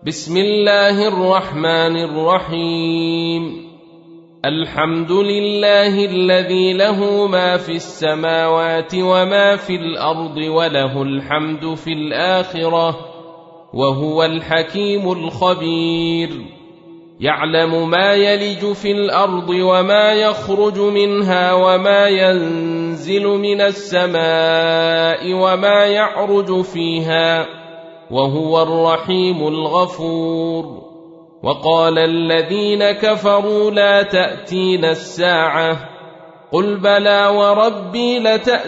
بسم الله الرحمن الرحيم. الحمد لله الذي له ما في السماوات وما في الأرض وله الحمد في الآخرة وهو الحكيم الخبير. يعلم ما يلج في الأرض وما يخرج منها وما ينزل من السماء وما يعرج فيها وهو الرحيم الغفور. وقال الذين كفروا لا تأتينا الساعة قل بلى وربي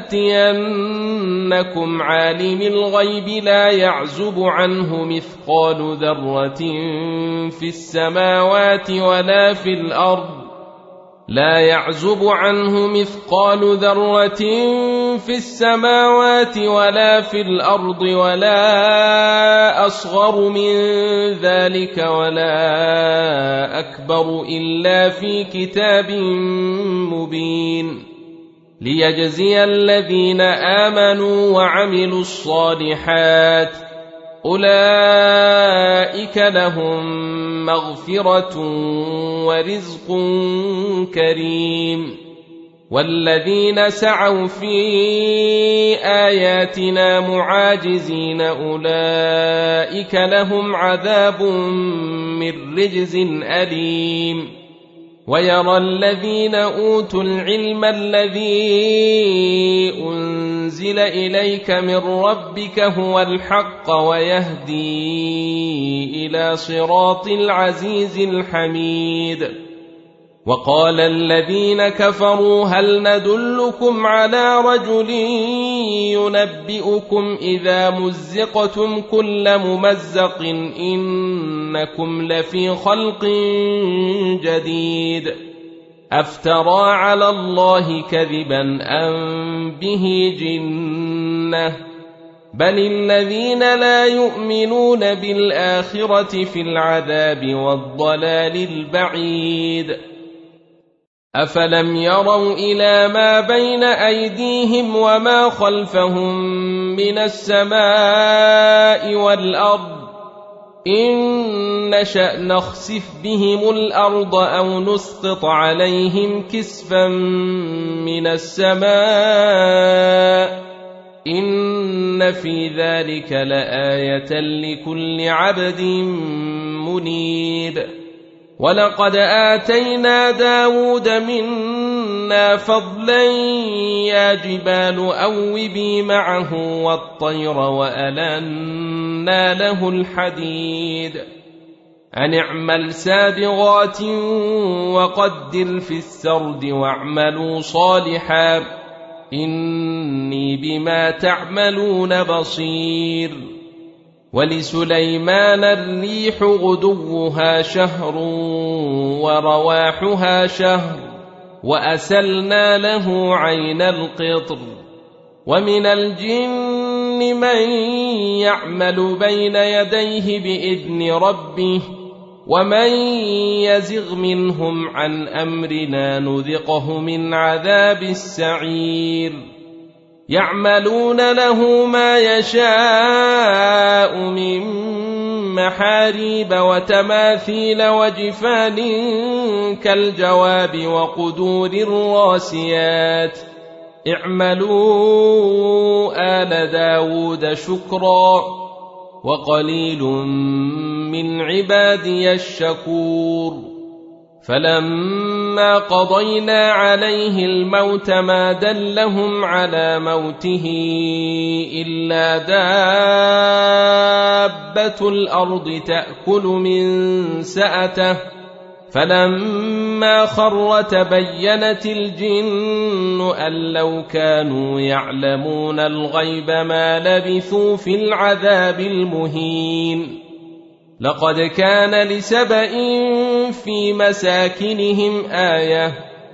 لتأتينكم عالم الغيب لا يعزب عنه مثقال ذرة في السماوات ولا في الأرض لا يعزب عنه مثقال ذرة في السماوات ولا في الأرض ولا أصغر من ذلك ولا أكبر إلا في كتاب مبين ليجزي الذين آمنوا وعملوا الصالحات أولئك لهم مغفرة ورزق كريم. والذين سعوا في آياتنا معاجزين أولئك لهم عذاب من رجز أليم. ويرى الذين أوتوا العلم الذي أنزل إليك من ربك هو الحق ويهدي إلى صراط العزيز الحميد. وقال الذين كفروا هل ندلكم على رجل ينبئكم إذا مزقتم كل ممزق إنكم لفي خلق جديد أفترى على الله كذبا أم به جنة بل الذين لا يؤمنون بالآخرة في العذاب والضلال البعيد. أفلم يروا إلى ما بين أيديهم وما خلفهم من السماء والأرض إن نشأ نخسف بهم الأرض أو نسقط عليهم كسفا من السماء إن في ذلك لآية لكل عبد منيب. ولقد آتينا داود منا فضلا يا جبال أوبي معه والطير وألنا له الحديد أن اعمل سابغات وقدر في السرد واعملوا صالحا إني بما تعملون بصير. ولسليمان الريح غدوها شهر ورواحها شهر وأسلنا له عين القطر. ومن الجن من يعمل بين يديه بإذن ربه ومن يزغ منهم عن أمرنا نذقه من عذاب السعير. يعملون له ما يشاء من محاريب وتماثيل وجفان كالجواب وقدور الراسيات اعملوا آل داود شكرا وقليل من عبادي الشكور. فلما قضينا عليه الموت ما دلهم على موته إلا دابة الأرض تأكل من سأته فلما خر تبينت الجن أن لو كانوا يعلمون الغيب ما لبثوا في العذاب المهين. لقد كان لسبإ في مساكنهم آية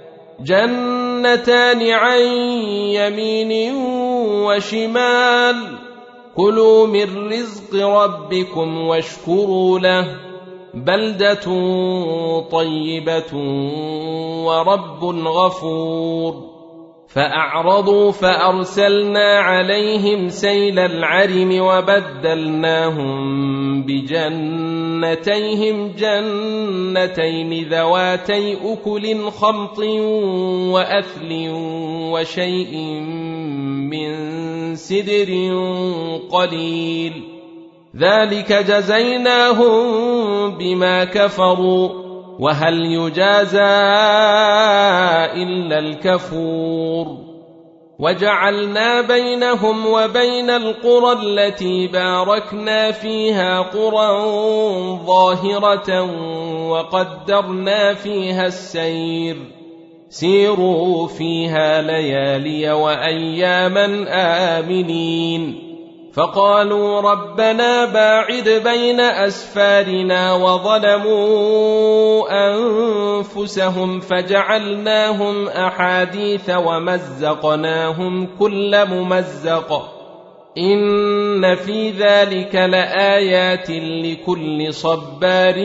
جنتان عن يمين وشمال كلوا من رزق ربكم واشكروا له بلدة طيبة ورب غفور. فأعرضوا فأرسلنا عليهم سيل العرم وبدلناهم بجنتيهم جنتين ذواتي أكل خمط وأثل وشيء من سدر قليل ذلك جزيناهم بما كفروا وهل يجازى إلا الكفور وجعلنا بينهم وبين القرى التي باركنا فيها قرى ظاهرة وقدرنا فيها السير سيروا فيها ليالي وأياما آمنين فقالوا ربنا باعد بين أسفارنا وظلموا أنفسهم فجعلناهم أحاديث ومزقناهم كل ممزق إن في ذلك لآيات لكل صبار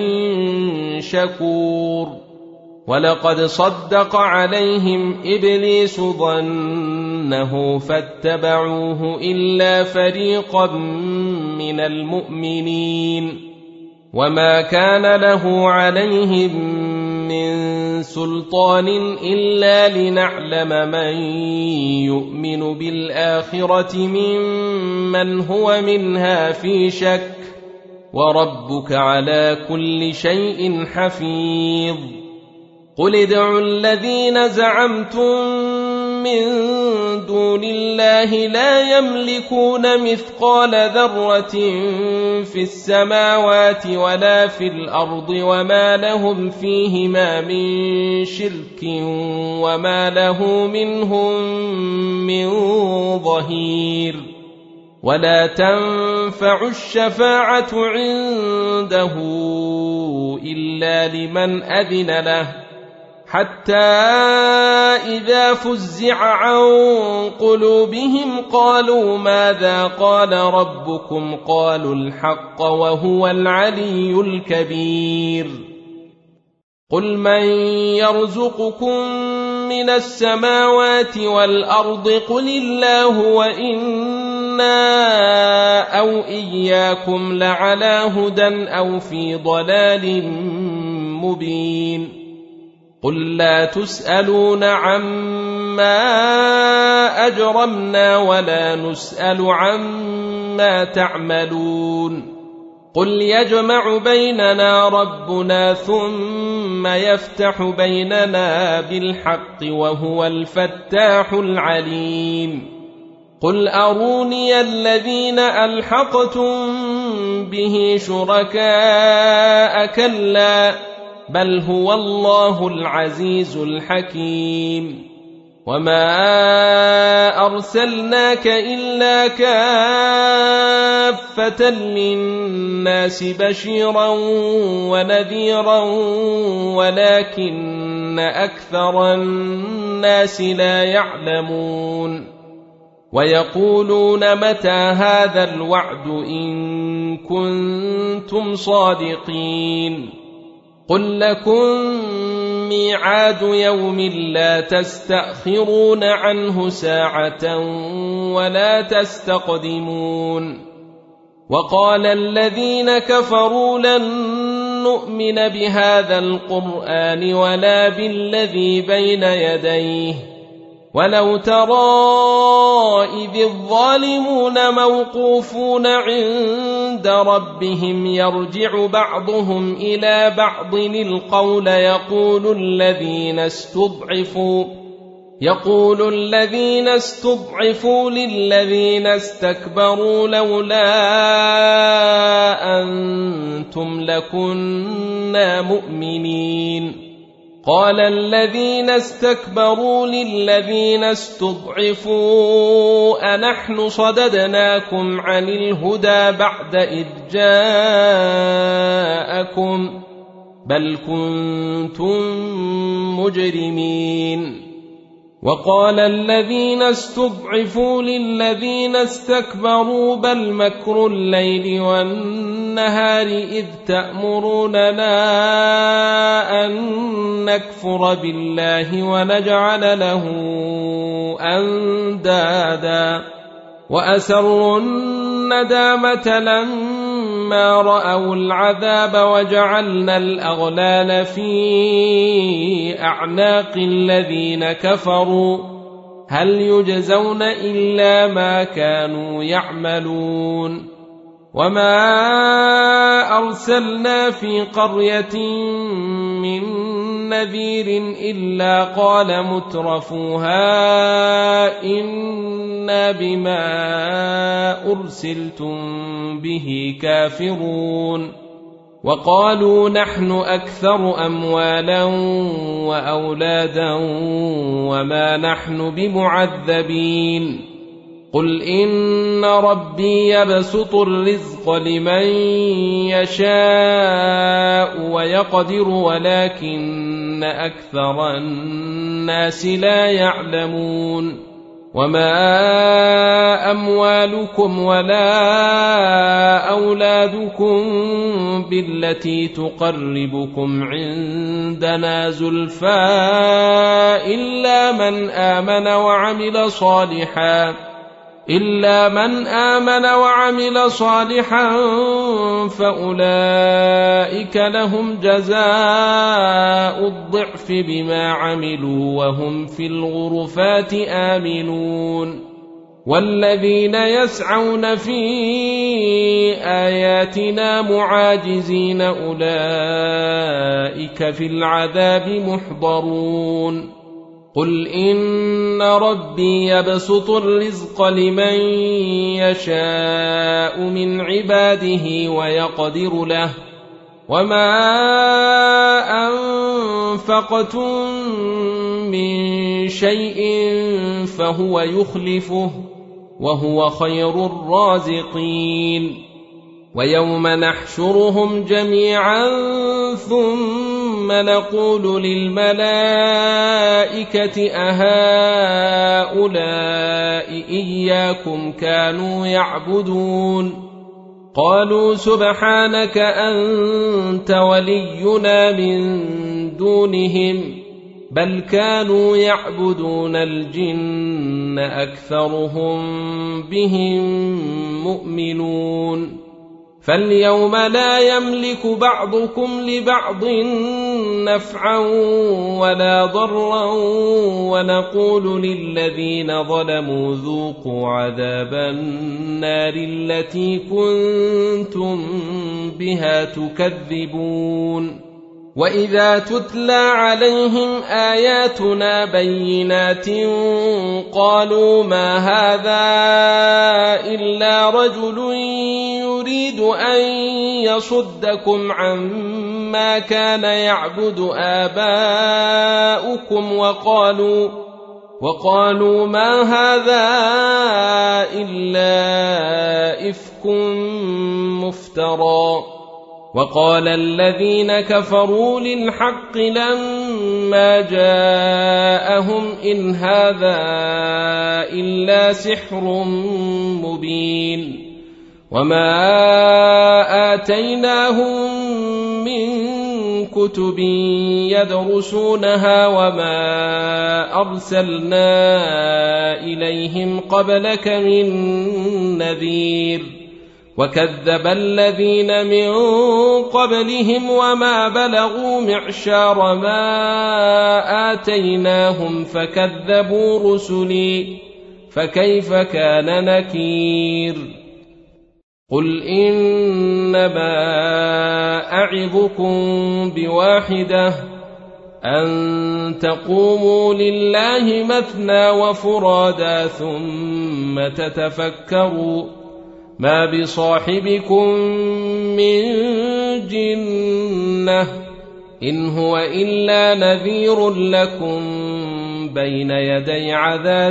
شكور ولقد صدق عليهم إبليس ظنه فاتبعوه إلا فريقا من المؤمنين وما كان له عليهم من سلطان إلا لنعلم من يؤمن بالآخرة ممن هو منها في شك وربك على كل شيء حفيظ قل ادعوا الذين زعمتم من دون الله لا يملكون مثقال ذرة في السماوات ولا في الأرض وما لهم فيهما من شرك وما له منهم من ظهير ولا تنفع الشفاعة عنده إلا لمن أذن له حتى إذا فزع عن قلوبهم قالوا ماذا قال ربكم قالوا الحق وهو العلي الكبير قل من يرزقكم من السماوات والأرض قل الله وإنا أو إياكم لعلى هدى أو في ضلال مبين قل لا تسألون عما أجرمنا ولا نسأل عما تعملون قل يجمع بيننا ربنا ثم يفتح بيننا بالحق وهو الفتاح العليم قل أروني الذين ألحقتم به شركاء كلا بل هو الله العزيز الحكيم وما أرسلناك إلا كافة للناس بشيرا ونذيرا ولكن أكثر الناس لا يعلمون ويقولون متى هذا الوعد إن كنتم صادقين قل لكم ميعاد يوم لا تستأخرون عنه ساعة ولا تستقدمون وقال الذين كفروا لن نؤمن بهذا القرآن ولا بالذي بين يديه ولو ترى إذ الظالمون موقوفون عند ربهم يرجع بعضهم إلى بعض القول يقول الذين استضعفوا للذين استكبروا لولا أنتم لكنا مؤمنين قال الذين استكبروا للذين استضعفوا أنحن صددناكم عن الهدى بعد إذ جاءكم بل كنتم مجرمين وقال الذين استضعفوا للذين استكبروا بل مكر الليل والنهار إذ تأمروننا أن نكفر بالله ونجعل له أندادا وأسروا الندامة لما رأوا العذاب وجعلنا الأغلال في أعناق الذين كفروا هل يجزون إلا ما كانوا يعملون وما أرسلنا في قرية من نذير إلا قال مترفوها إنا بما أرسلتم به كافرون وقالوا نحن أكثر أموالا وأولادا وما نحن بمعذبين قل إن ربي يبسط الرزق لمن يشاء ويقدر ولكن أكثر الناس لا يعلمون وما أموالكم ولا أولادكم بالتي تقربكم عندنا زلفى إلا من آمن وعمل صالحا فأولئك لهم جزاء الضعف بما عملوا وهم في الغرفات آمنون والذين يسعون في آياتنا معاجزين أولئك في العذاب محضرون قل إن ربي يبسط الرزق لمن يشاء من عباده ويقدر له وما أنفقتم من شيء فهو يخلفه وهو خير الرازقين ويوم نحشرهم جميعا ثم نقول للملائكة أهؤلاء إياكم كانوا يعبدون قالوا سبحانك أنت ولينا من دونهم بل كانوا يعبدون الجن أكثرهم بهم مؤمنون فاليوم لا يملك بعضكم لبعض نفعا ولا ضرا ونقول للذين ظلموا ذوقوا عذاب النار التي كنتم بها تكذبون وإذا تتلى عليهم آياتنا بينات قالوا ما هذا إلا رجل يريد أن يصدكم عما كان يعبد آباؤكم وقالوا ما هذا إلا إفك مفترى وقال الذين كفروا للحق لما جاءهم إن هذا إلا سحر مبين وما آتيناهم من كتب يدرسونها وما أرسلنا إليهم قبلك من نذير وكذب الذين من قبلهم وما بلغوا معشار ما آتيناهم فكذبوا رسلي فكيف كان نكير قل إنما أعظكم بواحدة أن تقوموا لله مثنى وفرادا ثم تتفكروا ما بصاحبكم من جنة إن هو إلا نذير لكم بين يدي عذاب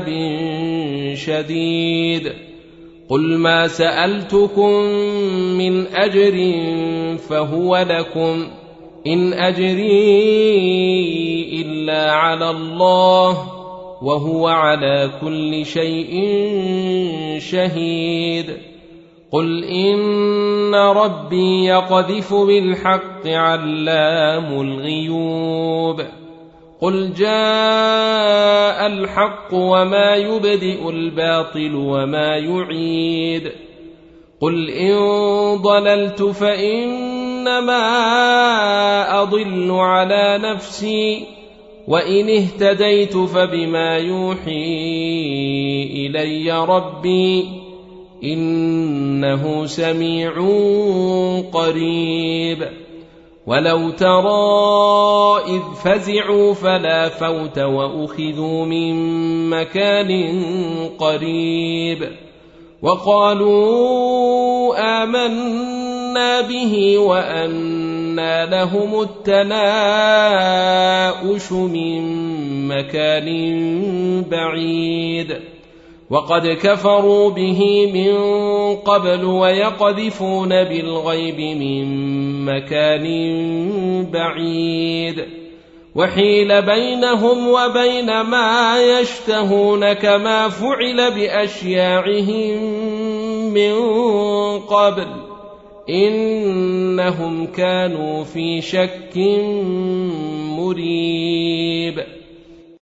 شديد قل ما سألتكم من أجر فهو لكم إن أجري إلا على الله وهو على كل شيء شهيد قل إن ربي يقذف بالحق علام الغيوب قل جاء الحق وما يبدئ الباطل وما يعيد قل إن ضللت فإنما أضل على نفسي وإن اهتديت فبما يوحي إلي ربي إنه سميع قريب ولو ترى إذ فزعوا فلا فوت وأخذوا من مكان قريب وقالوا آمنا به وأنى لهم التناؤش من مكان بعيد وقد كفروا به من قبل ويقذفون بالغيب من مكان بعيد وحيل بينهم وبين ما يشتهون كما فعل بأشياعهم من قبل إنهم كانوا في شك مريب